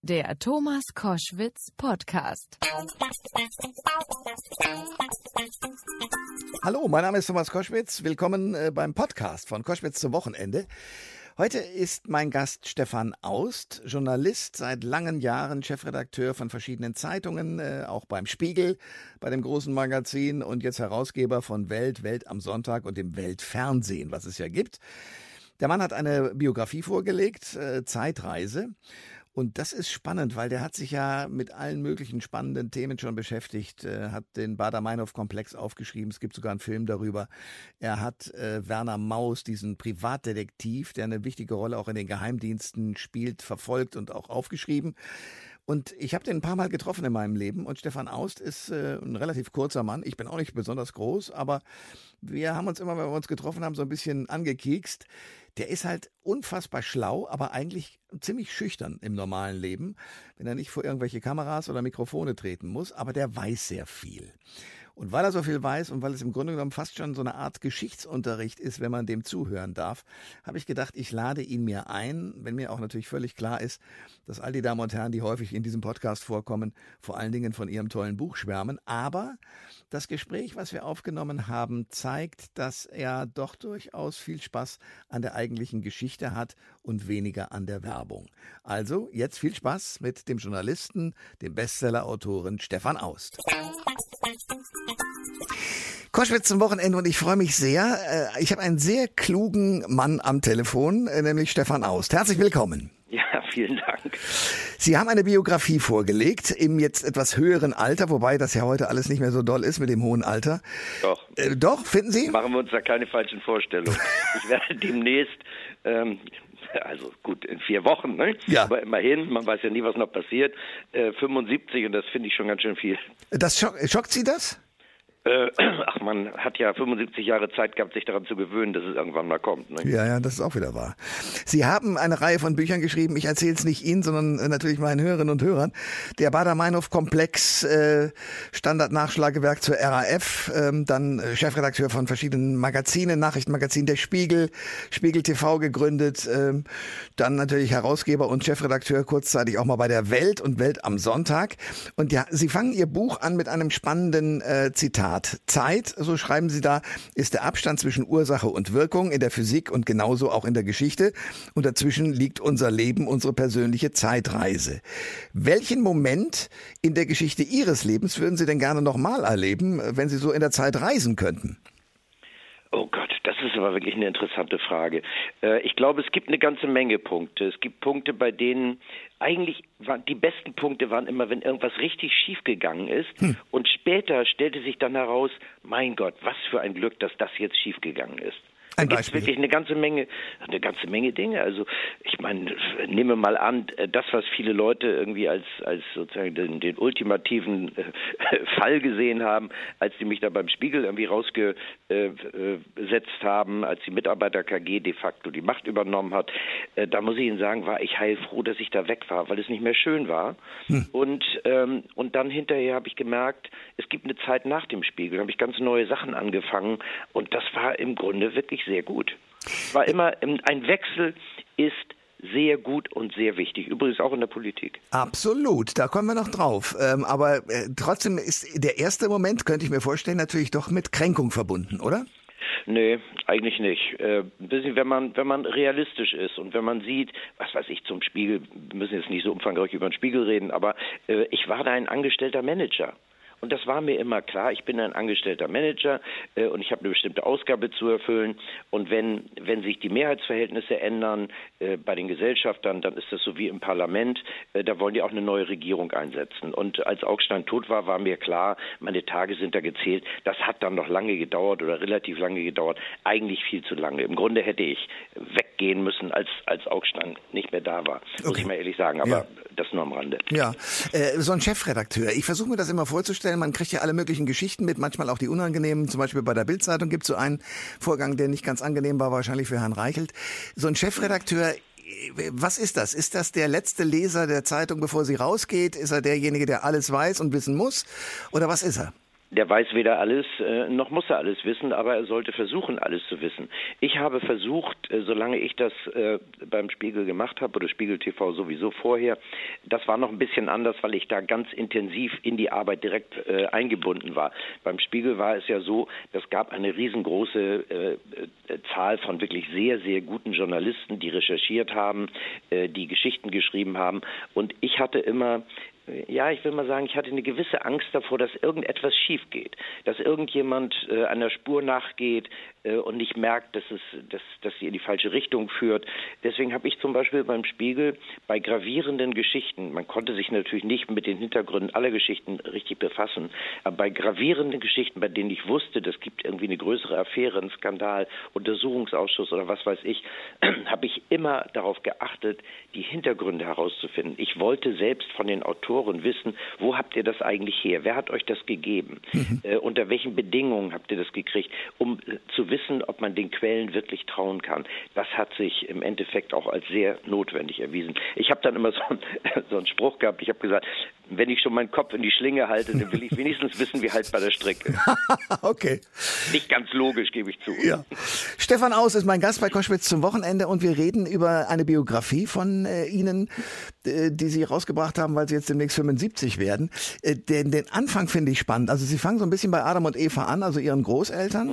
Der Thomas Koschwitz Podcast. Hallo, mein Name ist Thomas Koschwitz. Willkommen beim Podcast von Koschwitz zum Wochenende. Heute ist mein Gast Stefan Aust, Journalist, seit langen Jahren Chefredakteur von verschiedenen Zeitungen, auch beim Spiegel, bei dem großen Magazin und jetzt Herausgeber von Welt am Sonntag und dem Weltfernsehen, was es ja gibt. Der Mann hat eine Biografie vorgelegt, Zeitreise. Und das ist spannend, weil der hat sich ja mit allen möglichen spannenden Themen schon beschäftigt, hat den Baader-Meinhof-Komplex aufgeschrieben, es gibt sogar einen Film darüber. Er hat Werner Maus, diesen Privatdetektiv, der eine wichtige Rolle auch in den Geheimdiensten spielt, verfolgt und auch aufgeschrieben. Und ich habe den ein paar Mal getroffen in meinem Leben und Stefan Aust ist ein relativ kurzer Mann. Ich bin auch nicht besonders groß, aber wir haben uns immer, wenn wir uns getroffen haben, so ein bisschen angekiekst. Der ist halt unfassbar schlau, aber eigentlich ziemlich schüchtern im normalen Leben, wenn er nicht vor irgendwelche Kameras oder Mikrofone treten muss, aber der weiß sehr viel. Und weil er so viel weiß und weil es im Grunde genommen fast schon so eine Art Geschichtsunterricht ist, wenn man dem zuhören darf, habe ich gedacht, ich lade ihn mir ein, wenn mir auch natürlich völlig klar ist, dass all die Damen und Herren, die häufig in diesem Podcast vorkommen, vor allen Dingen von ihrem tollen Buch schwärmen. Aber das Gespräch, was wir aufgenommen haben, zeigt, dass er doch durchaus viel Spaß an der eigentlichen Geschichte hat und weniger an der Werbung. Also jetzt viel Spaß mit dem Journalisten, dem Bestseller-Autoren Stefan Aust. Koschwitz zum Wochenende und ich freue mich sehr. Ich habe einen sehr klugen Mann am Telefon, nämlich Stefan Aust. Herzlich willkommen. Ja, vielen Dank. Sie haben eine Biografie vorgelegt im jetzt etwas höheren Alter, wobei das ja heute alles nicht mehr so doll ist mit dem hohen Alter. Doch. Doch, finden Sie? Machen wir uns da keine falschen Vorstellungen. Ich werde demnächst, also gut, in 4 Wochen, ne? Ja. Aber immerhin, man weiß ja nie, was noch passiert, 75 und das finde ich schon ganz schön viel. Das schockt Sie das? Ach, man hat ja 75 Jahre Zeit gehabt, sich daran zu gewöhnen, dass es irgendwann mal kommt. Ne? Ja, das ist auch wieder wahr. Sie haben eine Reihe von Büchern geschrieben. Ich erzähle es nicht Ihnen, sondern natürlich meinen Hörerinnen und Hörern. Der Baader-Meinhof-Komplex, Standardnachschlagewerk zur RAF, dann Chefredakteur von verschiedenen Magazinen, Nachrichtenmagazin der Spiegel, Spiegel TV gegründet, dann natürlich Herausgeber und Chefredakteur kurzzeitig auch mal bei der Welt und Welt am Sonntag. Und ja, Sie fangen Ihr Buch an mit einem spannenden Zitat. Zeit, so schreiben Sie da, ist der Abstand zwischen Ursache und Wirkung in der Physik und genauso auch in der Geschichte. Und dazwischen liegt unser Leben, unsere persönliche Zeitreise. Welchen Moment in der Geschichte Ihres Lebens würden Sie denn gerne nochmal erleben, wenn Sie so in der Zeit reisen könnten? Oh Gott, das ist aber wirklich eine interessante Frage. Ich glaube, es gibt eine ganze Menge Punkte. Es gibt Punkte, bei denen eigentlich die besten Punkte waren immer, wenn irgendwas richtig schief gegangen ist. Und später stellte sich dann heraus, mein Gott, was für ein Glück, dass das jetzt schief gegangen ist. Da gibt es wirklich eine ganze Menge Dinge. Also ich meine, nehmen wir mal an, das, was viele Leute irgendwie als sozusagen den ultimativen Fall gesehen haben, als die mich da beim Spiegel irgendwie rausgesetzt haben, als die Mitarbeiter KG de facto die Macht übernommen hat, da muss ich Ihnen sagen, war ich heilfroh, dass ich da weg war, weil es nicht mehr schön war. Und dann hinterher habe ich gemerkt, es gibt eine Zeit nach dem Spiegel, da habe ich ganz neue Sachen angefangen und das war im Grunde wirklich sehr gut. Es war immer, ein Wechsel ist sehr gut und sehr wichtig. Übrigens auch in der Politik. Absolut, da kommen wir noch drauf. Aber trotzdem ist der erste Moment, könnte ich mir vorstellen, natürlich doch mit Kränkung verbunden, oder? Nee, eigentlich nicht. Ein bisschen, wenn man realistisch ist und wenn man sieht, was weiß ich, zum Spiegel, wir müssen jetzt nicht so umfangreich über den Spiegel reden, aber ich war da ein angestellter Manager. Und das war mir immer klar, ich bin ein angestellter Manager und ich habe eine bestimmte Ausgabe zu erfüllen. Und wenn sich die Mehrheitsverhältnisse ändern bei den Gesellschaftern, dann ist das so wie im Parlament, da wollen die auch eine neue Regierung einsetzen. Und als Augstein tot war, war mir klar, meine Tage sind da gezählt. Das hat dann noch lange gedauert oder relativ lange gedauert, eigentlich viel zu lange. Im Grunde hätte ich weggehen müssen, als Augstein nicht mehr da war, muss ich mal ehrlich sagen, aber das nur am Rande. Ja, so ein Chefredakteur, ich versuche mir das immer vorzustellen, man kriegt ja alle möglichen Geschichten mit, manchmal auch die unangenehmen. Zum Beispiel bei der Bild-Zeitung gibt es so einen Vorgang, der nicht ganz angenehm war, wahrscheinlich für Herrn Reichelt. So ein Chefredakteur, was ist das? Ist das der letzte Leser der Zeitung, bevor sie rausgeht? Ist er derjenige, der alles weiß und wissen muss? Oder was ist er? Der weiß weder alles, noch muss er alles wissen, aber er sollte versuchen, alles zu wissen. Ich habe versucht, solange ich das beim Spiegel gemacht habe, oder Spiegel TV sowieso vorher, das war noch ein bisschen anders, weil ich da ganz intensiv in die Arbeit direkt eingebunden war. Beim Spiegel war es ja so, das gab eine riesengroße Zahl von wirklich sehr, sehr guten Journalisten, die recherchiert haben, die Geschichten geschrieben haben. Und ich hatte immer... Ja, ich will mal sagen, ich hatte eine gewisse Angst davor, dass irgendetwas schief geht, dass irgendjemand einer Spur nachgeht und nicht merkt, dass sie in die falsche Richtung führt. Deswegen habe ich zum Beispiel beim Spiegel bei gravierenden Geschichten, man konnte sich natürlich nicht mit den Hintergründen aller Geschichten richtig befassen, aber bei gravierenden Geschichten, bei denen ich wusste, das gibt irgendwie eine größere Affäre, einen Skandal, Untersuchungsausschuss oder was weiß ich, habe ich immer darauf geachtet, die Hintergründe herauszufinden. Ich wollte selbst von den Autoren wissen, wo habt ihr das eigentlich her? Wer hat euch das gegeben? Unter welchen Bedingungen habt ihr das gekriegt? Um zu wissen, ob man den Quellen wirklich trauen kann. Das hat sich im Endeffekt auch als sehr notwendig erwiesen. Ich habe dann immer so einen Spruch gehabt, ich habe gesagt, wenn ich schon meinen Kopf in die Schlinge halte, dann will ich wenigstens wissen, wie halt bei der Stricke. Okay. Nicht ganz logisch, gebe ich zu. Ja. Stefan Aus ist mein Gast bei Koschwitz zum Wochenende und wir reden über eine Biografie von Ihnen, die Sie rausgebracht haben, weil Sie jetzt demnächst 75 werden. Den Anfang finde ich spannend. Also Sie fangen so ein bisschen bei Adam und Eva an, also Ihren Großeltern,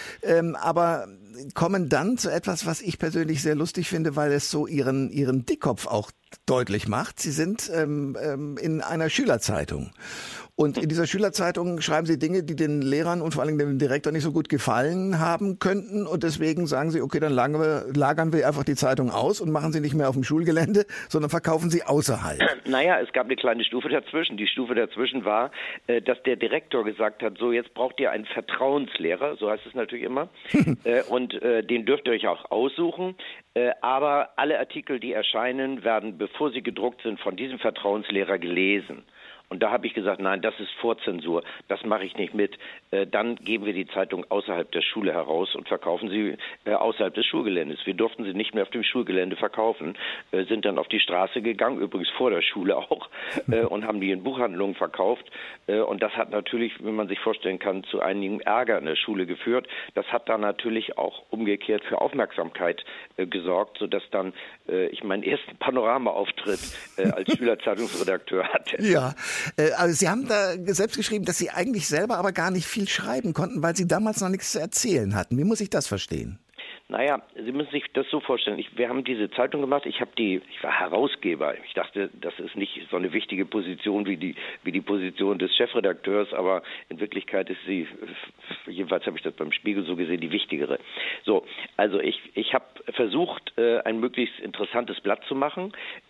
aber kommen dann zu etwas, was ich persönlich sehr lustig finde, weil es so Ihren Dickkopf auch deutlich macht. Sie sind in einer Schülerzeitung. Und in dieser Schülerzeitung schreiben Sie Dinge, die den Lehrern und vor allem dem Direktor nicht so gut gefallen haben könnten. Und deswegen sagen Sie, okay, dann lagern wir einfach die Zeitung aus und machen sie nicht mehr auf dem Schulgelände, sondern verkaufen sie außerhalb. Naja, es gab eine kleine Stufe dazwischen. Die Stufe dazwischen war, dass der Direktor gesagt hat, so jetzt braucht ihr einen Vertrauenslehrer, so heißt es natürlich immer. Und den dürft ihr euch auch aussuchen. Aber alle Artikel, die erscheinen, werden, bevor sie gedruckt sind, von diesem Vertrauenslehrer gelesen. Und da habe ich gesagt, nein, das ist Vorzensur, das mache ich nicht mit. Dann geben wir die Zeitung außerhalb der Schule heraus und verkaufen sie außerhalb des Schulgeländes. Wir durften sie nicht mehr auf dem Schulgelände verkaufen, sind dann auf die Straße gegangen, übrigens vor der Schule auch, und haben die in Buchhandlungen verkauft. Und das hat natürlich, wenn man sich vorstellen kann, zu einigem Ärger in der Schule geführt. Das hat dann natürlich auch umgekehrt für Aufmerksamkeit gesorgt, sodass dann ich meinen ersten Panorama-Auftritt als Schülerzeitungsredakteur hatte. Ja. Also Sie haben da selbst geschrieben, dass Sie eigentlich selber aber gar nicht viel schreiben konnten, weil Sie damals noch nichts zu erzählen hatten. Wie muss ich das verstehen? Naja, Sie müssen sich das so vorstellen. Wir haben diese Zeitung gemacht. Ich war Herausgeber. Ich dachte, das ist nicht so eine wichtige Position wie die Position des Chefredakteurs, aber in Wirklichkeit ist sie, jedenfalls habe ich das beim Spiegel so gesehen, die wichtigere. So, also ich habe versucht, ein möglichst interessantes Blatt zu machen.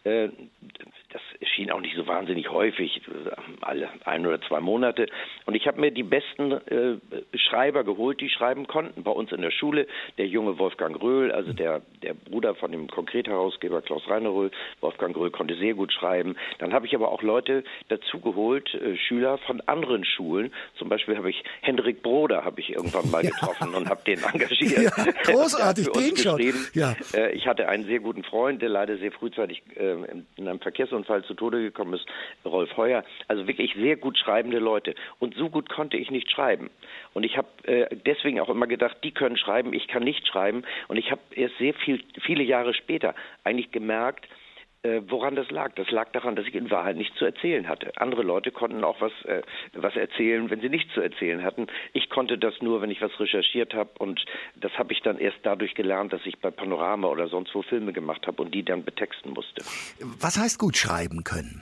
Das erschien auch nicht so wahnsinnig häufig, alle 1 oder 2 Monate. Und ich habe mir die besten Schreiber geholt, die schreiben konnten. Bei uns in der Schule, der junge Wolfgang Röhl, also der Bruder von dem Konkret-Herausgeber Klaus Rainer Röhl. Wolfgang Röhl konnte sehr gut schreiben. Dann habe ich aber auch Leute dazu geholt, Schüler von anderen Schulen. Zum Beispiel habe ich Hendrik Broder irgendwann mal getroffen und habe den engagiert. Ja, großartig, den schon. Ja. Ich hatte einen sehr guten Freund, der leider sehr frühzeitig in einem Verkehrsunfall zu Tode gekommen ist, Rolf Heuer. Also wirklich sehr gut schreibende Leute. Und so gut konnte ich nicht schreiben. Und ich habe deswegen auch immer gedacht, die können schreiben, ich kann nicht schreiben. Und ich habe erst viele Jahre später eigentlich gemerkt, woran das lag. Das lag daran, dass ich in Wahrheit nichts zu erzählen hatte. Andere Leute konnten auch was erzählen, wenn sie nichts zu erzählen hatten. Ich konnte das nur, wenn ich was recherchiert habe. Und das habe ich dann erst dadurch gelernt, dass ich bei Panorama oder sonst wo Filme gemacht habe und die dann betexten musste. Was heißt gut schreiben können?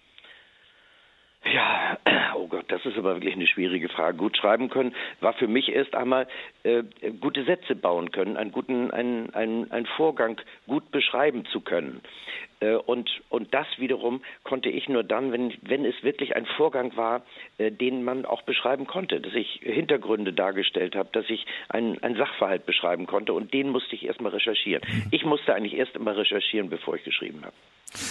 Ja, oh Gott, das ist aber wirklich eine schwierige Frage. Gut schreiben können war für mich erst einmal gute Sätze bauen können, einen Vorgang gut beschreiben zu können. Und das wiederum konnte ich nur dann, wenn es wirklich ein Vorgang war, den man auch beschreiben konnte, dass ich Hintergründe dargestellt habe, dass ich einen Sachverhalt beschreiben konnte und den musste ich erstmal recherchieren. Ich musste eigentlich erst immer recherchieren, bevor ich geschrieben habe.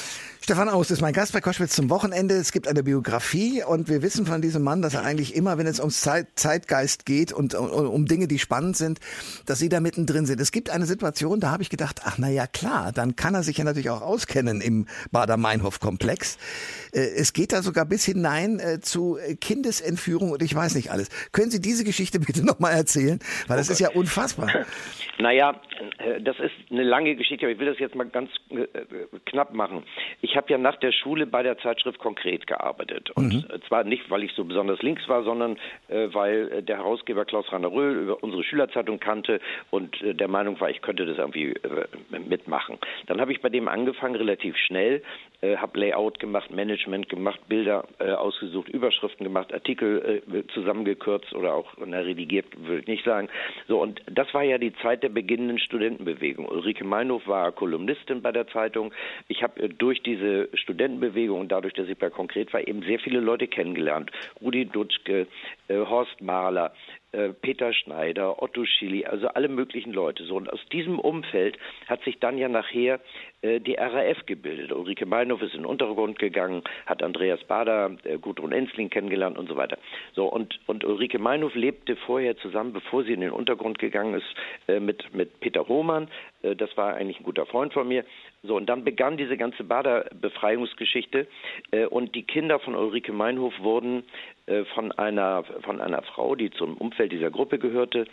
Stefan Aust ist mein Gast bei Koschwitz zum Wochenende. Es gibt eine Biografie und wir wissen von diesem Mann, dass er eigentlich immer, wenn es ums Zeitgeist geht und um Dinge, die spannend sind, dass Sie da mittendrin sind. Es gibt eine Situation, da habe ich gedacht, ach na ja klar, dann kann er sich ja natürlich auch auskennen im Baader-Meinhof-Komplex. Es geht da sogar bis hinein zu Kindesentführung und ich weiß nicht alles. Können Sie diese Geschichte bitte nochmal erzählen? Weil das ist ja unfassbar. Naja, das ist eine lange Geschichte, aber ich will das jetzt mal ganz knapp machen. Ich habe ja nach der Schule bei der Zeitschrift Konkret gearbeitet. Und zwar nicht, weil ich so besonders links war, sondern weil der Herausgeber Klaus-Rainer Röhl über unsere Schülerzeitung kannte und der Meinung war, ich könnte das irgendwie mitmachen. Dann habe ich bei dem angefangen, relativ schnell, habe Layout gemacht, Management gemacht, Bilder ausgesucht, Überschriften gemacht, Artikel zusammengekürzt oder auch redigiert, würde ich nicht sagen. So, und das war ja die Zeit der beginnenden Studentenbewegung. Ulrike Meinhof war Kolumnistin bei der Zeitung. Ich habe durch diese Studentenbewegung und dadurch, dass ich bei Konkret war, eben sehr viele Leute kennengelernt. Rudi Dutschke, Horst Mahler, Peter Schneider, Otto Schily, also alle möglichen Leute. So, und aus diesem Umfeld hat sich dann ja nachher die RAF gebildet. Ulrike Meinhof ist in den Untergrund gegangen, hat Andreas Baader, Gudrun Ensling kennengelernt und so weiter. So, und Ulrike Meinhof lebte vorher zusammen, bevor sie in den Untergrund gegangen ist, mit Peter Hohmann. Das war eigentlich ein guter Freund von mir. So, und dann begann diese ganze Baader-Befreiungsgeschichte und die Kinder von Ulrike Meinhof wurden von einer Frau, die zum Umfeld dieser Gruppe gehörte,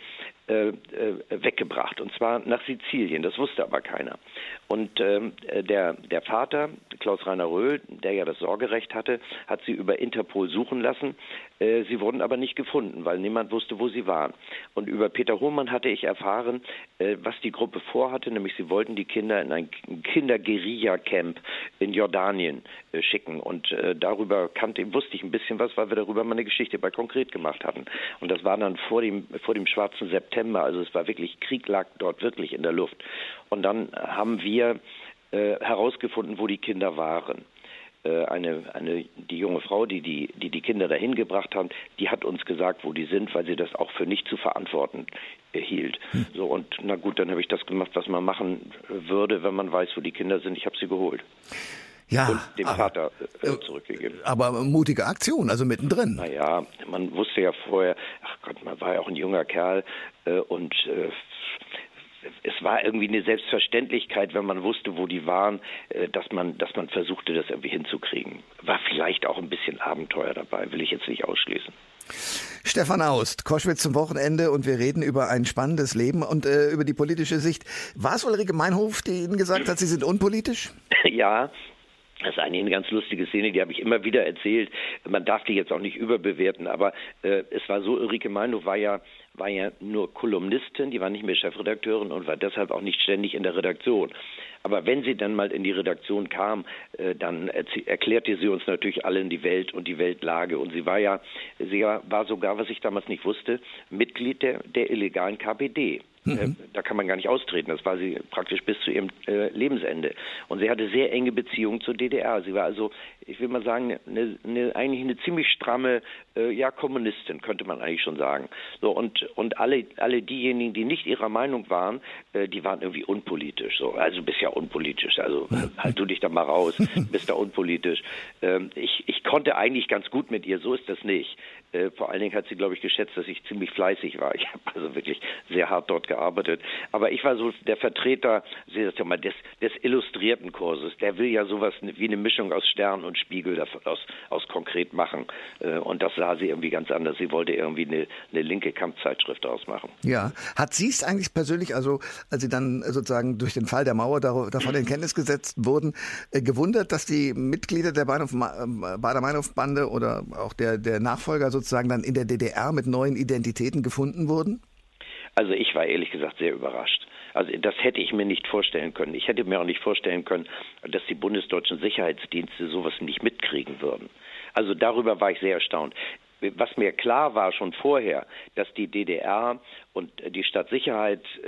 weggebracht, und zwar nach Sizilien. Das wusste aber keiner. Und der Vater, Klaus-Rainer Röhl, der ja das Sorgerecht hatte, hat sie über Interpol suchen lassen. Sie wurden aber nicht gefunden, weil niemand wusste, wo sie waren. Und über Peter Hohmann hatte ich erfahren, was die Gruppe vorhatte, nämlich sie wollten die Kinder in ein Kinder-Guerilla-Camp in Jordanien schicken. Und darüber wusste ich ein bisschen was, weil wir darüber mal eine Geschichte bei Konkret gemacht hatten. Und das war dann vor dem schwarzen September, also es war wirklich, Krieg lag dort wirklich in der Luft. Und dann haben wir herausgefunden, wo die Kinder waren. Die junge Frau, die Kinder dahin gebracht haben, die hat uns gesagt, wo die sind, weil sie das auch für nicht zu verantworten hielt. So, und na gut, dann habe ich das gemacht, was man machen würde, wenn man weiß, wo die Kinder sind. Ich habe sie geholt. Ja, und dem Vater zurückgegeben. Aber mutige Aktion, also mittendrin. Naja, man wusste ja vorher, ach Gott, man war ja auch ein junger Kerl und es war irgendwie eine Selbstverständlichkeit, wenn man wusste, wo die waren, dass man versuchte, das irgendwie hinzukriegen. War vielleicht auch ein bisschen Abenteuer dabei, will ich jetzt nicht ausschließen. Stefan Aust, Koschwitz zum Wochenende, und wir reden über ein spannendes Leben und über die politische Sicht. War es Ulrike Meinhof, die Ihnen gesagt hat, Sie sind unpolitisch? Ja. Das ist eigentlich eine ganz lustige Szene, die habe ich immer wieder erzählt. Man darf die jetzt auch nicht überbewerten, aber es war so, Ulrike Meinhof war ja nur Kolumnistin, die war nicht mehr Chefredakteurin und war deshalb auch nicht ständig in der Redaktion. Aber wenn sie dann mal in die Redaktion kam, dann erklärte sie uns natürlich allen die Welt und die Weltlage. Und sie war sogar, was ich damals nicht wusste, Mitglied der illegalen KPD. Da kann man gar nicht austreten. Das war sie praktisch bis zu ihrem Lebensende. Und sie hatte sehr enge Beziehungen zur DDR. Sie war also, ich will mal sagen, eigentlich eine ziemlich stramme Kommunistin, könnte man eigentlich schon sagen. So, und alle diejenigen, die nicht ihrer Meinung waren, die waren irgendwie unpolitisch. So, also du bist ja unpolitisch. Also halt du dich da mal raus, bist da unpolitisch. Ich konnte eigentlich ganz gut mit ihr, so ist das nicht. Vor allen Dingen hat sie, glaube ich, geschätzt, dass ich ziemlich fleißig war. Ich habe also wirklich sehr hart dort gearbeitet. Aber ich war so der Vertreter, Sie sagt ja mal, des illustrierten Kurses. Der will ja sowas wie eine Mischung aus Stern und Spiegel aus Konkret machen. Und das sah sie irgendwie ganz anders. Sie wollte irgendwie eine linke Kampfzeitschrift daraus machen. Ja. Hat sie es eigentlich persönlich, also als Sie dann sozusagen durch den Fall der Mauer davon in Kenntnis gesetzt wurden, gewundert, dass die Mitglieder der Baader-Meinhof-Bande oder auch der Nachfolger sozusagen dann in der DDR mit neuen Identitäten gefunden wurden? Also ich war ehrlich gesagt sehr überrascht. Also das hätte ich mir nicht vorstellen können. Ich hätte mir auch nicht vorstellen können, dass die bundesdeutschen Sicherheitsdienste sowas nicht mitkriegen würden. Also darüber war ich sehr erstaunt. Was mir klar war schon vorher, dass die DDR und die Stadtsicherheit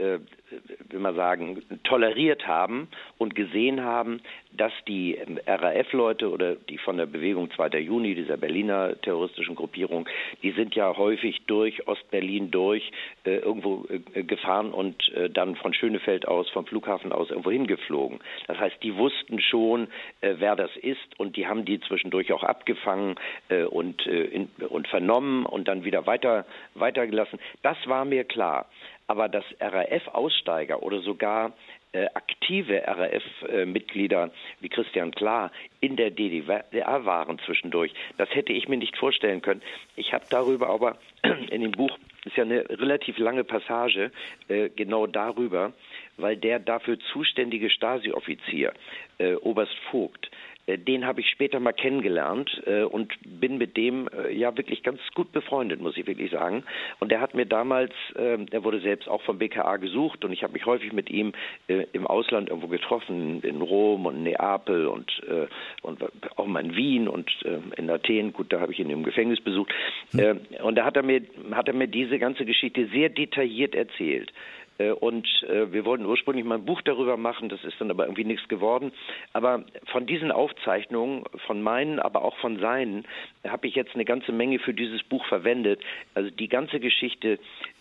will man sagen, toleriert haben und gesehen haben, dass die RAF-Leute oder die von der Bewegung 2. Juni, dieser Berliner terroristischen Gruppierung, die sind ja häufig durch Ostberlin irgendwo gefahren und dann von Schönefeld aus, vom Flughafen aus irgendwo hingeflogen. Das heißt, die wussten schon, wer das ist, und die haben die zwischendurch auch abgefangen und vernommen und dann wieder weitergelassen. Das war mir klar. Aber dass RAF-Aussteiger oder sogar aktive RAF-Mitglieder wie Christian Klar in der DDR waren zwischendurch, das hätte ich mir nicht vorstellen können. Ich habe darüber aber in dem Buch, ist ja eine relativ lange Passage, genau darüber, weil der dafür zuständige Stasi-Offizier, Oberst Vogt, den habe ich später mal kennengelernt und bin mit dem ja wirklich ganz gut befreundet, muss ich wirklich sagen. Und der hat mir damals, der wurde selbst auch vom BKA gesucht, und ich habe mich häufig mit ihm im Ausland irgendwo getroffen, in Rom und Neapel und auch mal in Wien und in Athen. Gut, da habe ich ihn im Gefängnis besucht. Und da hat er mir diese ganze Geschichte sehr detailliert erzählt. Und wir wollten ursprünglich mal ein Buch darüber machen, das ist dann aber irgendwie nichts geworden. Aber von diesen Aufzeichnungen, von meinen, aber auch von seinen, habe ich jetzt eine ganze Menge für dieses Buch verwendet. Also die ganze Geschichte,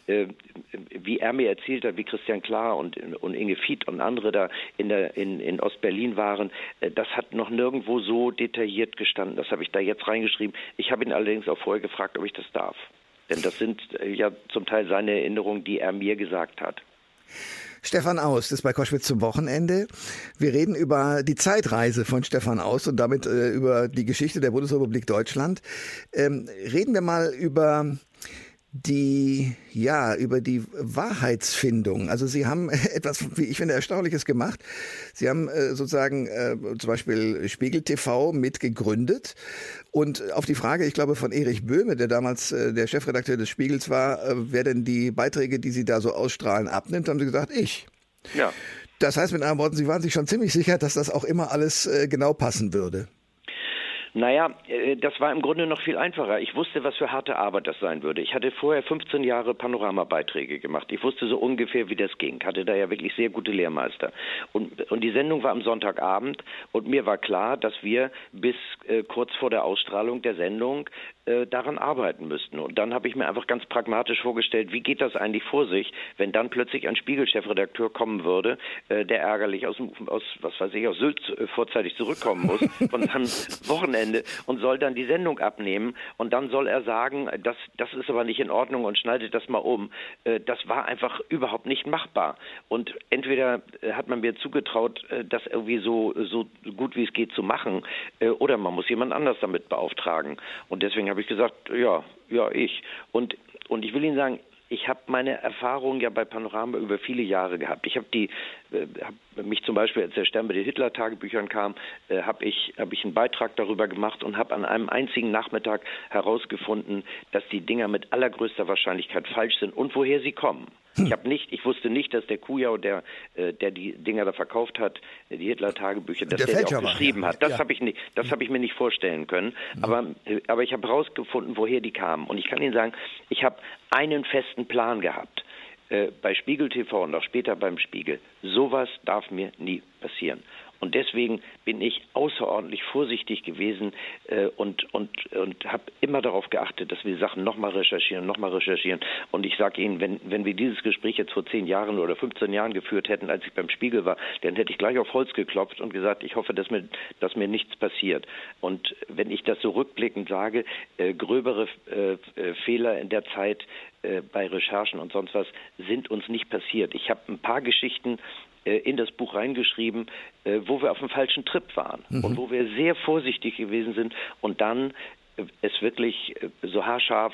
wie er mir erzählt hat, wie Christian Klar und Inge Fied und andere da in Ostberlin waren, das hat noch nirgendwo so detailliert gestanden. Das habe ich da jetzt reingeschrieben. Ich habe ihn allerdings auch vorher gefragt, ob ich das darf. Denn das sind ja zum Teil seine Erinnerungen, die er mir gesagt hat. Stefan Aust ist bei Koschwitz zum Wochenende. Wir reden über die Zeitreise von Stefan Aust und damit über die Geschichte der Bundesrepublik Deutschland. Reden wir mal über die Wahrheitsfindung. Also Sie haben etwas, wie ich finde, Erstaunliches gemacht. Sie haben sozusagen zum Beispiel Spiegel TV mitgegründet, und auf die Frage, ich glaube, von Erich Böhme, der damals der Chefredakteur des Spiegels war, wer denn die Beiträge, die Sie da so ausstrahlen, abnimmt, haben Sie gesagt, ich. Ja. Das heißt mit anderen Worten, Sie waren sich schon ziemlich sicher, dass das auch immer alles genau passen würde. Naja, das war im Grunde noch viel einfacher. Ich wusste, was für harte Arbeit das sein würde. Ich hatte vorher 15 Jahre Panorama-Beiträge gemacht. Ich wusste so ungefähr, wie das ging. Hatte da ja wirklich sehr gute Lehrmeister. Und die Sendung war am Sonntagabend, und mir war klar, dass wir bis kurz vor der Ausstrahlung der Sendung daran arbeiten müssten. Und dann habe ich mir einfach ganz pragmatisch vorgestellt, wie geht das eigentlich vor sich, wenn dann plötzlich ein Spiegel-Chefredakteur kommen würde, der ärgerlich aus Sylt vorzeitig zurückkommen muss von seinem Wochenende und soll dann die Sendung abnehmen, und dann soll er sagen, das ist aber nicht in Ordnung und schneidet das mal um. Das war einfach überhaupt nicht machbar. Und entweder hat man mir zugetraut, das irgendwie so gut wie es geht zu machen, oder man muss jemand anders damit beauftragen. Und deswegen habe ich gesagt, ja, ich. Und ich will Ihnen sagen, ich habe meine Erfahrungen ja bei Panorama über viele Jahre gehabt. Ich habe mich zum Beispiel, als der Stern bei den Hitler-Tagebüchern kam, habe ich einen Beitrag darüber gemacht und habe an einem einzigen Nachmittag herausgefunden, dass die Dinger mit allergrößter Wahrscheinlichkeit falsch sind und woher sie kommen. Ich wusste nicht, dass der Kujau, der die Dinger da verkauft hat, die Hitler-Tagebücher, dass der die auch geschrieben hat. Das habe ich mir nicht vorstellen können. Aber ich habe herausgefunden, woher die kamen. Und ich kann Ihnen sagen, ich habe einen festen Plan gehabt. Bei Spiegel TV und auch später beim Spiegel. Sowas darf mir nie passieren. Und deswegen bin ich außerordentlich vorsichtig gewesen und habe immer darauf geachtet, dass wir Sachen nochmal recherchieren. Und ich sage Ihnen, wenn wir dieses Gespräch jetzt vor 10 Jahren oder 15 Jahren geführt hätten, als ich beim Spiegel war, dann hätte ich gleich auf Holz geklopft und gesagt, ich hoffe, dass mir nichts passiert. Und wenn ich das so rückblickend sage, gröbere Fehler in der Zeit bei Recherchen und sonst was sind uns nicht passiert. Ich habe ein paar Geschichten in das Buch reingeschrieben, wo wir auf dem falschen Trip waren und wo wir sehr vorsichtig gewesen sind und dann es wirklich so haarscharf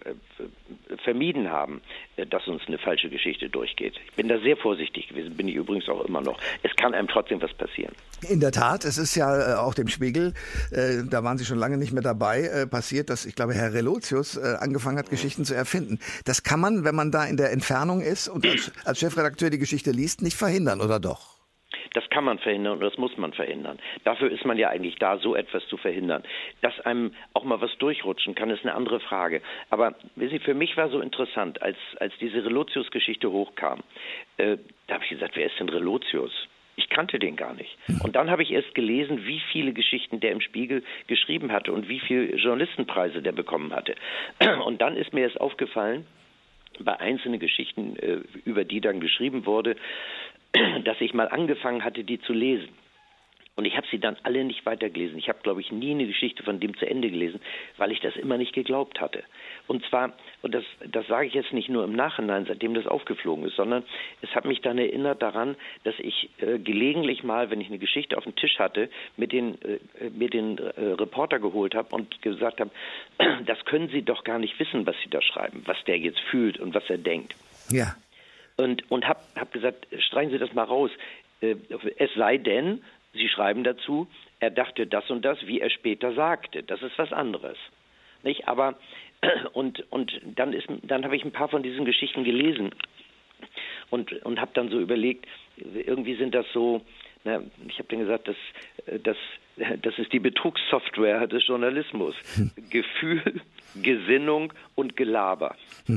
vermieden haben, dass uns eine falsche Geschichte durchgeht. Ich bin da sehr vorsichtig gewesen, bin ich übrigens auch immer noch. Es kann einem trotzdem was passieren. In der Tat, es ist ja auch dem Spiegel, da waren Sie schon lange nicht mehr dabei, passiert, dass, ich glaube, Herr Relotius angefangen hat, Geschichten zu erfinden. Das kann man, wenn man da in der Entfernung ist und als Chefredakteur die Geschichte liest, nicht verhindern, oder doch? Das kann man verhindern und das muss man verhindern. Dafür ist man ja eigentlich da, so etwas zu verhindern. Dass einem auch mal was durchrutschen kann, ist eine andere Frage. Aber wissen Sie, für mich war so interessant, als diese Relotius-Geschichte hochkam, da habe ich gesagt, wer ist denn Relotius? Ich kannte den gar nicht. Und dann habe ich erst gelesen, wie viele Geschichten der im Spiegel geschrieben hatte und wie viele Journalistenpreise der bekommen hatte. Und dann ist mir erst aufgefallen, bei einzelnen Geschichten, über die dann geschrieben wurde, dass ich mal angefangen hatte, die zu lesen. Und ich habe sie dann alle nicht weitergelesen. Ich habe, glaube ich, nie eine Geschichte von dem zu Ende gelesen, weil ich das immer nicht geglaubt hatte. Und zwar, und das sage ich jetzt nicht nur im Nachhinein, seitdem das aufgeflogen ist, sondern es hat mich dann erinnert daran, dass ich gelegentlich mal, wenn ich eine Geschichte auf dem Tisch hatte, mir den Reporter geholt habe und gesagt habe, das können Sie doch gar nicht wissen, was Sie da schreiben, was der jetzt fühlt und was er denkt. Ja. Und hab gesagt, streichen Sie das mal raus. Es sei denn, Sie schreiben dazu, er dachte das und das, wie er später sagte. Das ist was anderes. Nicht? Aber und dann habe ich ein paar von diesen Geschichten gelesen und habe dann so überlegt, irgendwie sind das so, ich habe dann gesagt, das ist die Betrugssoftware des Journalismus. Gefühl, Gesinnung und Gelaber.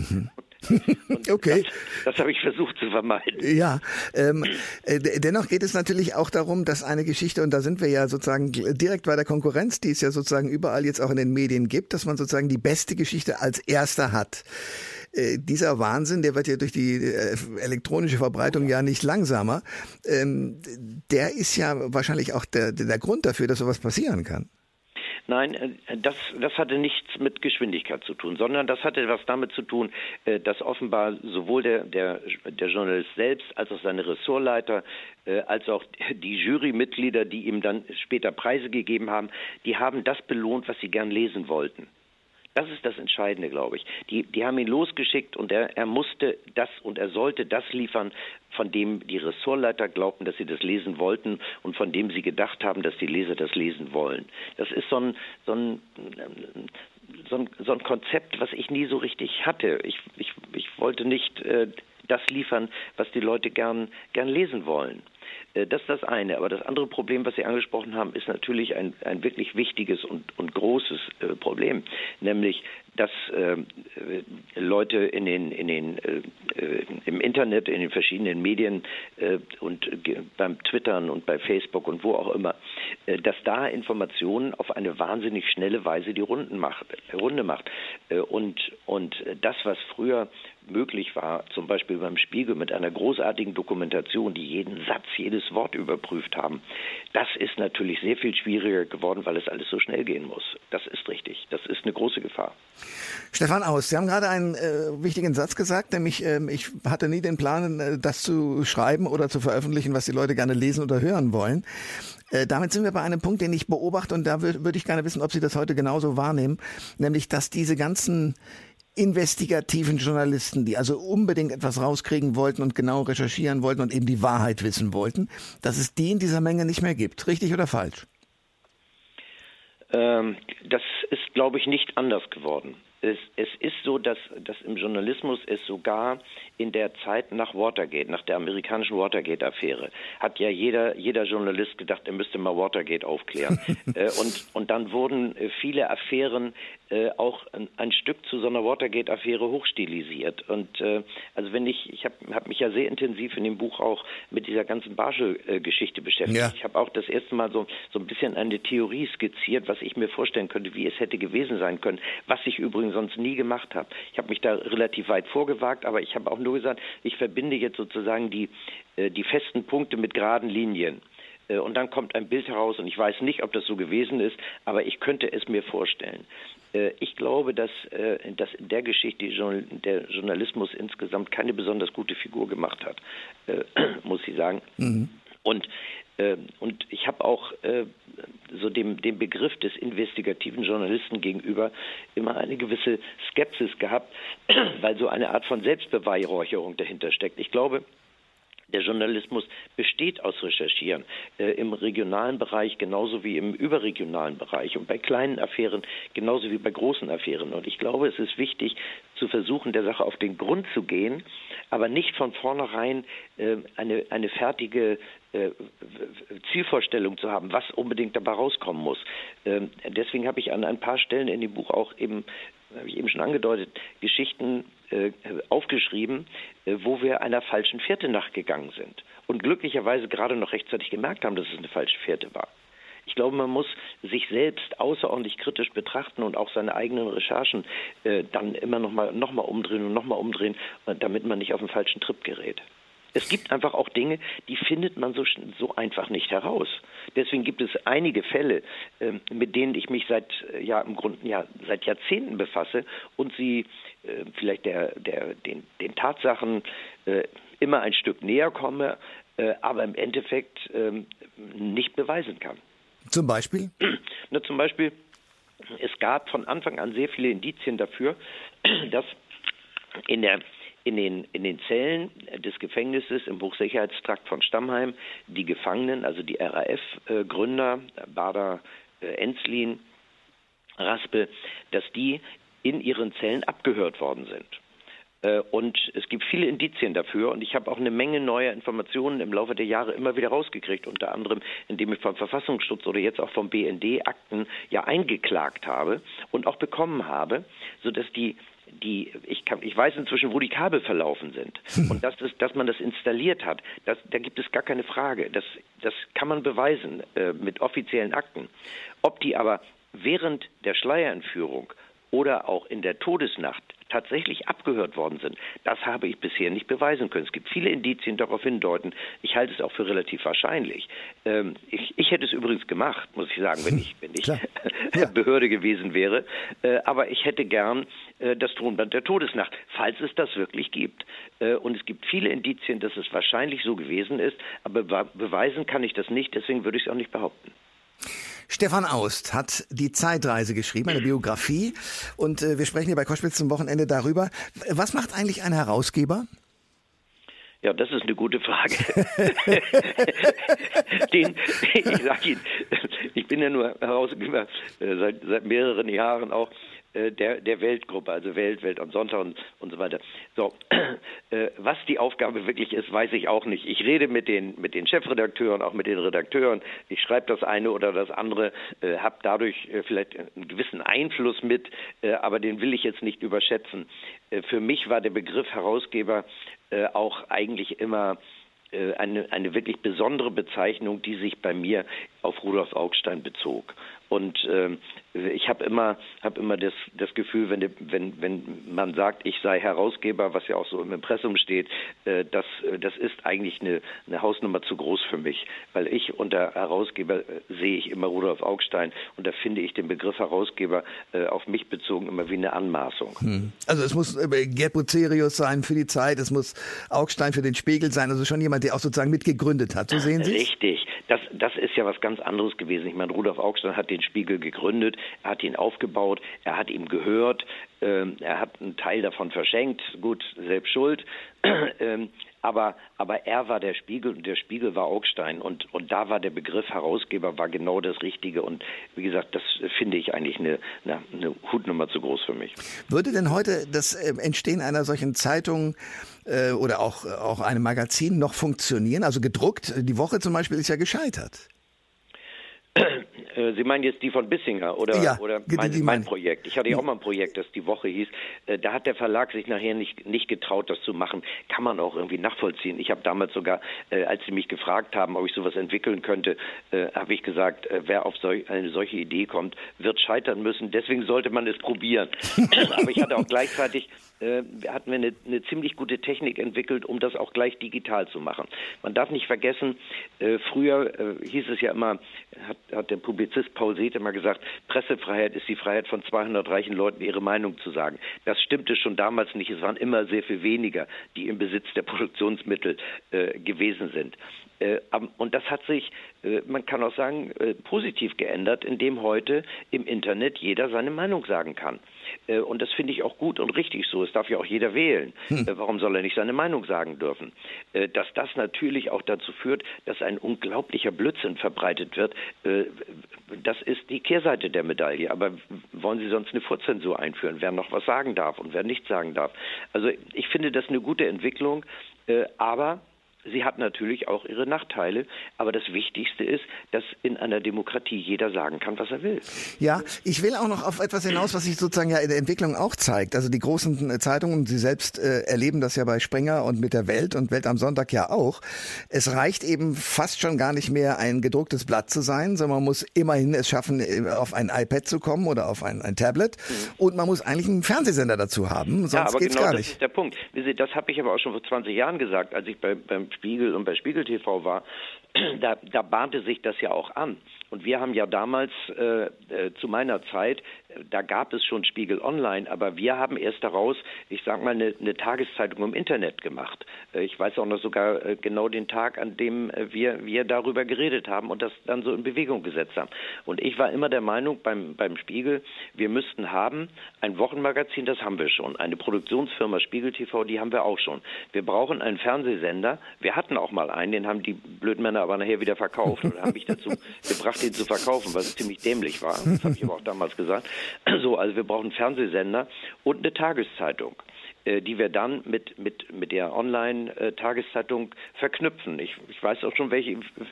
Okay. Das habe ich versucht zu vermeiden. Ja, dennoch geht es natürlich auch darum, dass eine Geschichte, und da sind wir ja sozusagen direkt bei der Konkurrenz, die es ja sozusagen überall jetzt auch in den Medien gibt, dass man sozusagen die beste Geschichte als erster hat. Dieser Wahnsinn, der wird ja durch die elektronische Verbreitung ja nicht langsamer. Der ist ja wahrscheinlich auch der Grund dafür, dass sowas passieren kann. Nein, das hatte nichts mit Geschwindigkeit zu tun, sondern das hatte was damit zu tun, dass offenbar sowohl der Journalist selbst als auch seine Ressortleiter, als auch die Jurymitglieder, die ihm dann später Preise gegeben haben, die haben das belohnt, was sie gern lesen wollten. Das ist das Entscheidende, glaube ich. Die haben ihn losgeschickt und er musste das und er sollte das liefern, von dem die Ressortleiter glaubten, dass sie das lesen wollten und von dem sie gedacht haben, dass die Leser das lesen wollen. Das ist so ein Konzept, was ich nie so richtig hatte. Ich wollte nicht das liefern, was die Leute gern lesen wollen. Das ist das eine. Aber das andere Problem, was Sie angesprochen haben, ist natürlich ein wirklich wichtiges und großes Problem. Nämlich, dass Leute im Internet, in den verschiedenen Medien und beim Twittern und bei Facebook und wo auch immer, dass da Informationen auf eine wahnsinnig schnelle Weise die Runde macht. Und das, was früher möglich war, zum Beispiel beim Spiegel mit einer großartigen Dokumentation, die jeden Satz, jedes Wort überprüft haben, das ist natürlich sehr viel schwieriger geworden, weil es alles so schnell gehen muss. Das ist richtig. Das ist eine große Gefahr. Stefan Aus, Sie haben gerade einen wichtigen Satz gesagt, nämlich ich hatte nie den Plan, das zu schreiben oder zu veröffentlichen, was die Leute gerne lesen oder hören wollen. Damit sind wir bei einem Punkt, den ich beobachte, und da würde ich gerne wissen, ob Sie das heute genauso wahrnehmen, nämlich dass diese ganzen investigativen Journalisten, die also unbedingt etwas rauskriegen wollten und genau recherchieren wollten und eben die Wahrheit wissen wollten, dass es die in dieser Menge nicht mehr gibt. Richtig oder falsch? Das ist, glaube ich, nicht anders geworden. Es ist so, dass im Journalismus es sogar in der Zeit nach Watergate, nach der amerikanischen Watergate-Affäre, hat ja jeder Journalist gedacht, er müsste mal Watergate aufklären. Und dann wurden viele Affären auch ein Stück zu so einer Watergate-Affäre hochstilisiert. Und also ich habe mich ja sehr intensiv in dem Buch auch mit dieser ganzen Barschel-Geschichte beschäftigt. Ja. Ich habe auch das erste Mal so ein bisschen eine Theorie skizziert, was ich mir vorstellen könnte, wie es hätte gewesen sein können, was ich übrigens sonst nie gemacht habe. Ich habe mich da relativ weit vorgewagt, aber ich habe auch nur gesagt, ich verbinde jetzt sozusagen die festen Punkte mit geraden Linien. Und dann kommt ein Bild heraus und ich weiß nicht, ob das so gewesen ist, aber ich könnte es mir vorstellen. Ich glaube, dass in der Geschichte der Journalismus insgesamt keine besonders gute Figur gemacht hat, muss ich sagen. Mhm. Und ich habe auch so dem Begriff des investigativen Journalisten gegenüber immer eine gewisse Skepsis gehabt, weil so eine Art von Selbstbeweihräucherung dahinter steckt. Ich glaube, Der Journalismus besteht aus Recherchieren, im regionalen Bereich genauso wie im überregionalen Bereich und bei kleinen Affären genauso wie bei großen Affären. Und ich glaube, es ist wichtig, zu versuchen, der Sache auf den Grund zu gehen, aber nicht von vornherein eine fertige Zielvorstellung zu haben, was unbedingt dabei rauskommen muss. Deswegen habe ich an ein paar Stellen in dem Buch auch eben, habe ich eben schon angedeutet, Geschichten aufgeschrieben, wo wir einer falschen Fährte nachgegangen sind und glücklicherweise gerade noch rechtzeitig gemerkt haben, dass es eine falsche Fährte war. Ich glaube, man muss sich selbst außerordentlich kritisch betrachten und auch seine eigenen Recherchen dann immer noch mal umdrehen, damit man nicht auf den falschen Trip gerät. Es gibt einfach auch Dinge, die findet man so einfach nicht heraus. Deswegen gibt es einige Fälle, mit denen ich mich seit Jahrzehnten befasse und sie vielleicht den Tatsachen immer ein Stück näher komme, aber im Endeffekt nicht beweisen kann. Zum Beispiel? Zum Beispiel, es gab von Anfang an sehr viele Indizien dafür, dass in den Zellen des Gefängnisses im Hochsicherheitstrakt von Stammheim die Gefangenen, also die RAF-Gründer, Bader, Ensslin, Raspe, dass die in ihren Zellen abgehört worden sind. Und es gibt viele Indizien dafür und ich habe auch eine Menge neuer Informationen im Laufe der Jahre immer wieder rausgekriegt, unter anderem, indem ich vom Verfassungsschutz oder jetzt auch vom BND Akten ja eingeklagt habe und auch bekommen habe, sodass ich weiß inzwischen, wo die Kabel verlaufen sind und dass man das installiert hat, da gibt es gar keine Frage. Das kann man beweisen mit offiziellen Akten. Ob die aber während der Schleierentführung oder auch in der Todesnacht tatsächlich abgehört worden sind, das habe ich bisher nicht beweisen können. Es gibt viele Indizien, die darauf hindeuten. Ich halte es auch für relativ wahrscheinlich. Ich hätte es übrigens gemacht, muss ich sagen, wenn ich Behörde gewesen wäre. Aber ich hätte gern das Tonband der Todesnacht, falls es das wirklich gibt. Und es gibt viele Indizien, dass es wahrscheinlich so gewesen ist, aber beweisen kann ich das nicht, deswegen würde ich es auch nicht behaupten. Stefan Aust hat die Zeitreise geschrieben, eine Biografie. Und wir sprechen hier bei Koschwitz zum Wochenende darüber. Was macht eigentlich ein Herausgeber? Ja, das ist eine gute Frage. Ich sage Ihnen, ich bin ja nur Herausgeber seit mehreren Jahren auch der Weltgruppe, also Welt am Sonntag und so weiter. So, was die Aufgabe wirklich ist, weiß ich auch nicht. Ich rede mit den Chefredakteuren, auch mit den Redakteuren. Ich schreibe das eine oder das andere, habe dadurch vielleicht einen gewissen Einfluss mit, aber den will ich jetzt nicht überschätzen. Für mich war der Begriff Herausgeber auch eigentlich immer eine wirklich besondere Bezeichnung, die sich bei mir auf Rudolf Augstein bezog. Und ich habe immer das Gefühl, wenn man sagt, ich sei Herausgeber, was ja auch so im Impressum steht, das ist eigentlich eine Hausnummer zu groß für mich, weil ich unter Herausgeber sehe ich immer Rudolf Augstein und da finde ich den Begriff Herausgeber auf mich bezogen immer wie eine Anmaßung. Also es muss Gerd Bucerius sein für die Zeit, es muss Augstein für den Spiegel sein, also schon jemand, der auch sozusagen mitgegründet hat, so sehen Sie es? Richtig, das ist ja was ganz anderes gewesen. Ich meine, Rudolf Augstein hat den Spiegel gegründet, er hat ihn aufgebaut, er hat ihm gehört, er hat einen Teil davon verschenkt, gut, selbst schuld, aber er war der Spiegel und der Spiegel war Augstein und da war der Begriff Herausgeber war genau das Richtige und wie gesagt, das finde ich eigentlich eine Hutnummer zu groß für mich. Würde denn heute das Entstehen einer solchen Zeitung oder auch einem Magazin noch funktionieren? Also gedruckt, die Woche zum Beispiel ist ja gescheitert. Sie meinen jetzt die von Bissinger oder mein Projekt? Ich hatte ja auch mal ein Projekt, das die Woche hieß. Da hat der Verlag sich nachher nicht getraut, das zu machen. Kann man auch irgendwie nachvollziehen. Ich habe damals sogar, als sie mich gefragt haben, ob ich sowas entwickeln könnte, habe ich gesagt, wer auf eine solche Idee kommt, wird scheitern müssen. Deswegen sollte man es probieren. Aber ich hatte auch gleichzeitig hatten wir eine ziemlich gute Technik entwickelt, um das auch gleich digital zu machen. Man darf nicht vergessen, früher hieß es ja immer, hat der Publizist Paul Sethe mal gesagt, Pressefreiheit ist die Freiheit von 200 reichen Leuten, ihre Meinung zu sagen. Das stimmte schon damals nicht. Es waren immer sehr viel weniger, die im Besitz der Produktionsmittel gewesen sind. Und das hat sich, man kann auch sagen, positiv geändert, indem heute im Internet jeder seine Meinung sagen kann. Und das finde ich auch gut und richtig so. Es darf ja auch jeder wählen. Warum soll er nicht seine Meinung sagen dürfen? Dass das natürlich auch dazu führt, dass ein unglaublicher Blödsinn verbreitet wird, das ist die Kehrseite der Medaille. Aber wollen Sie sonst eine Vorzensur einführen, wer noch was sagen darf und wer nichts sagen darf? Also ich finde das eine gute Entwicklung, aber sie hat natürlich auch ihre Nachteile, aber das Wichtigste ist, dass in einer Demokratie jeder sagen kann, was er will. Ja, ich will auch noch auf etwas hinaus, was sich sozusagen ja in der Entwicklung auch zeigt. Also die großen Zeitungen, Sie selbst erleben das ja bei Springer und mit der Welt und Welt am Sonntag ja auch. Es reicht eben fast schon gar nicht mehr, ein gedrucktes Blatt zu sein, sondern man muss immerhin es schaffen, auf ein iPad zu kommen oder auf ein Tablet. Und man muss eigentlich einen Fernsehsender dazu haben, sonst geht's gar nicht. Das ist der Punkt. Das habe ich aber auch schon vor 20 Jahren gesagt, als ich beim Spiegel und bei Spiegel TV war. Da bahnte sich das ja auch an. Und wir haben ja damals, zu meiner Zeit, da gab es schon Spiegel Online, aber wir haben erst daraus, ich sag mal, eine Tageszeitung im Internet gemacht. Ich weiß auch noch sogar genau den Tag, an dem wir darüber geredet haben und das dann so in Bewegung gesetzt haben. Und ich war immer der Meinung beim Spiegel, wir müssten haben ein Wochenmagazin, das haben wir schon. Eine Produktionsfirma Spiegel TV, die haben wir auch schon. Wir brauchen einen Fernsehsender. Wir hatten auch mal einen, den haben die Blödmänner aber nachher wieder verkauft und haben mich dazu gebracht, den zu verkaufen, was ziemlich dämlich war. Das habe ich aber auch damals gesagt. So, also wir brauchen einen Fernsehsender und eine Tageszeitung, die wir dann mit der Online-Tageszeitung verknüpfen. Ich weiß auch schon,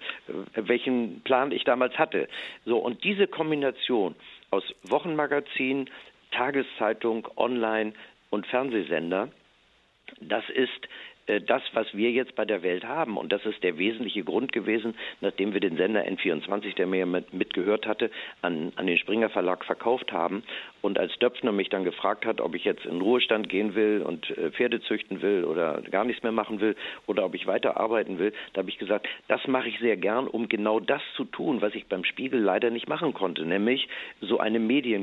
welchen Plan ich damals hatte. So, und diese Kombination aus Wochenmagazin, Tageszeitung, Online und Fernsehsender, das ist das, was wir jetzt bei der Welt haben. Und das ist der wesentliche Grund gewesen, nachdem wir den Sender N24, der mir mitgehört hatte, an den Springer Verlag verkauft haben. Und als Döpfner mich dann gefragt hat, ob ich jetzt in den Ruhestand gehen will und Pferde züchten will oder gar nichts mehr machen will oder ob ich weiter arbeiten will, da habe ich gesagt, das mache ich sehr gern, um genau das zu tun, was ich beim Spiegel leider nicht machen konnte, nämlich so eine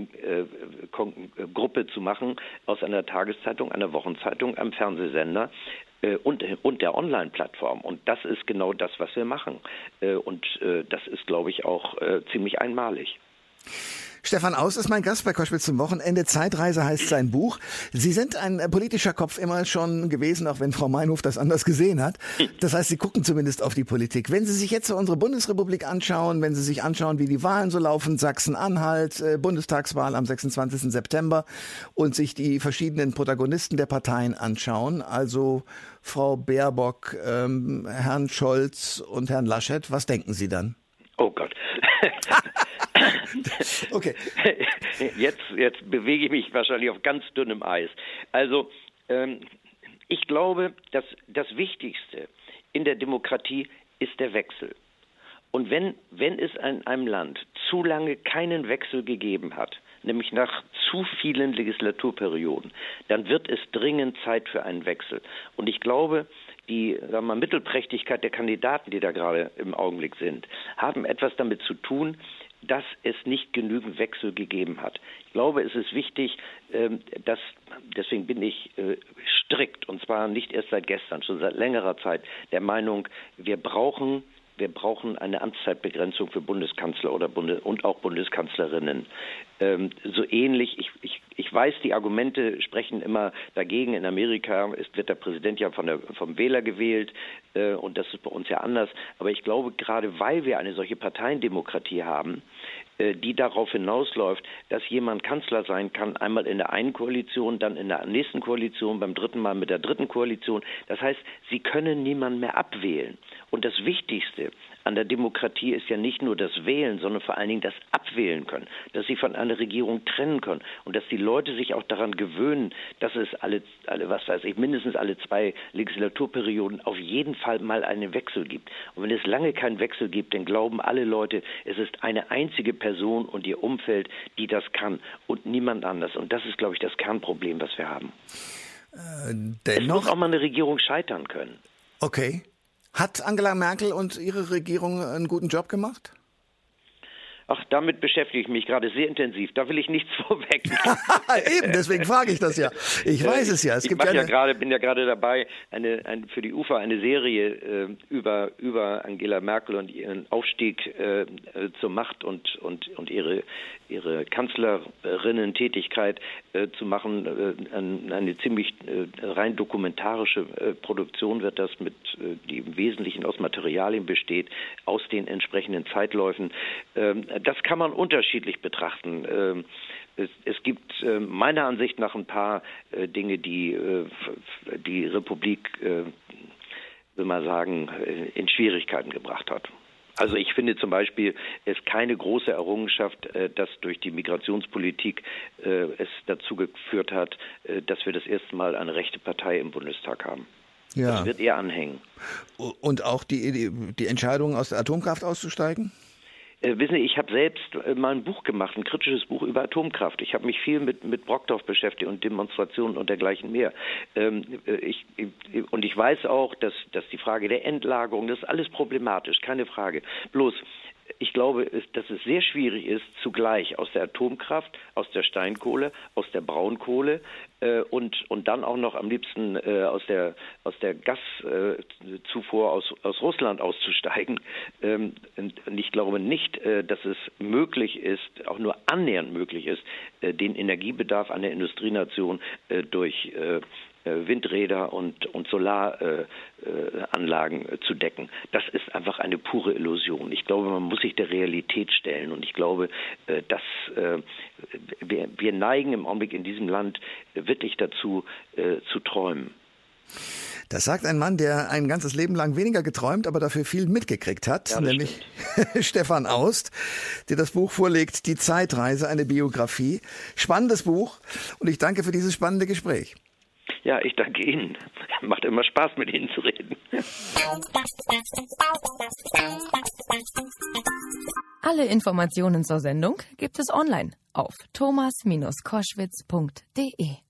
Mediengruppe zu machen aus einer Tageszeitung, einer Wochenzeitung, einem Fernsehsender, und der Online-Plattform. Und das ist genau das, was wir machen. Und das ist, glaube ich, auch ziemlich einmalig. Stefan Aus ist mein Gast bei Koschwitz zum Wochenende. Zeitreise heißt sein Buch. Sie sind ein politischer Kopf immer schon gewesen, auch wenn Frau Meinhof das anders gesehen hat. Das heißt, Sie gucken zumindest auf die Politik. Wenn Sie sich jetzt so unsere Bundesrepublik anschauen, wenn Sie sich anschauen, wie die Wahlen so laufen, Sachsen-Anhalt, Bundestagswahl am 26. September und sich die verschiedenen Protagonisten der Parteien anschauen, also Frau Baerbock, Herrn Scholz und Herrn Laschet, was denken Sie dann? Oh Gott. Okay. Jetzt bewege ich mich wahrscheinlich auf ganz dünnem Eis. Also ich glaube, dass das Wichtigste in der Demokratie ist der Wechsel. Und wenn es in einem Land zu lange keinen Wechsel gegeben hat, nämlich nach zu vielen Legislaturperioden, dann wird es dringend Zeit für einen Wechsel. Und ich glaube, die Mittelprächtigkeit der Kandidaten, die da gerade im Augenblick sind, haben etwas damit zu tun, dass es nicht genügend Wechsel gegeben hat. Ich glaube, es ist wichtig, deswegen bin ich strikt, und zwar nicht erst seit gestern, schon seit längerer Zeit, der Meinung, wir brauchen eine Amtszeitbegrenzung für Bundeskanzler und auch Bundeskanzlerinnen. So ähnlich, ich weiß, die Argumente sprechen immer dagegen. In Amerika wird der Präsident ja vom Wähler gewählt und das ist bei uns ja anders. Aber ich glaube, gerade weil wir eine solche Parteiendemokratie haben, die darauf hinausläuft, dass jemand Kanzler sein kann, einmal in der einen Koalition, dann in der nächsten Koalition, beim dritten Mal mit der dritten Koalition. Das heißt, sie können niemanden mehr abwählen. Und das Wichtigste an der Demokratie ist ja nicht nur das Wählen, sondern vor allen Dingen das Abwählen können, dass sie von einer Regierung trennen können und dass die Leute sich auch daran gewöhnen, dass es mindestens alle 2 Legislaturperioden auf jeden Fall mal einen Wechsel gibt. Und wenn es lange keinen Wechsel gibt, dann glauben alle Leute, es ist eine einzige Person und ihr Umfeld, die das kann und niemand anders. Und das ist, glaube ich, das Kernproblem, was wir haben. Es muss auch mal eine Regierung scheitern können. Okay. Hat Angela Merkel und ihre Regierung einen guten Job gemacht? Ach, damit beschäftige ich mich gerade sehr intensiv. Da will ich nichts vorwegnehmen. Eben, deswegen frage ich das ja. Ich weiß es ja. Bin ja gerade dabei, für die UFA eine Serie über Angela Merkel und ihren Aufstieg zur Macht und ihre Kanzlerinnen-Tätigkeit zu machen. Eine ziemlich rein dokumentarische Produktion wird das die im Wesentlichen aus Materialien besteht, aus den entsprechenden Zeitläufen. Das kann man unterschiedlich betrachten. Es gibt meiner Ansicht nach ein paar Dinge, die die Republik, will man sagen, in Schwierigkeiten gebracht hat. Also ich finde zum Beispiel es keine große Errungenschaft, dass durch die Migrationspolitik es dazu geführt hat, dass wir das erste Mal eine rechte Partei im Bundestag haben. Ja. Das wird eher anhängen. Und auch die Entscheidung, aus der Atomkraft auszusteigen? Wissen Sie, ich habe selbst mal ein Buch gemacht, ein kritisches Buch über Atomkraft. Ich habe mich viel mit Brockdorf beschäftigt und Demonstrationen und dergleichen mehr. Und ich weiß auch, dass die Frage der Endlagerung, das ist alles problematisch, keine Frage. Bloß, ich glaube, dass es sehr schwierig ist, zugleich aus der Atomkraft, aus der Steinkohle, aus der Braunkohle und dann auch noch am liebsten aus der Gaszufuhr aus Russland auszusteigen. Und ich glaube nicht, dass es möglich ist, auch nur annähernd möglich ist, den Energiebedarf einer Industrienation durch Windräder und Solaranlagen zu decken. Das ist einfach eine pure Illusion. Ich glaube, man muss sich der Realität stellen und ich glaube, dass wir neigen im Augenblick in diesem Land wirklich dazu, zu träumen. Das sagt ein Mann, der ein ganzes Leben lang weniger geträumt, aber dafür viel mitgekriegt hat, ja, nämlich Stefan Aust, der das Buch vorlegt, Die Zeitreise, eine Biografie. Spannendes Buch und ich danke für dieses spannende Gespräch. Ja, ich danke Ihnen. Macht immer Spaß, mit Ihnen zu reden. Alle Informationen zur Sendung gibt es online auf thomas-koschwitz.de.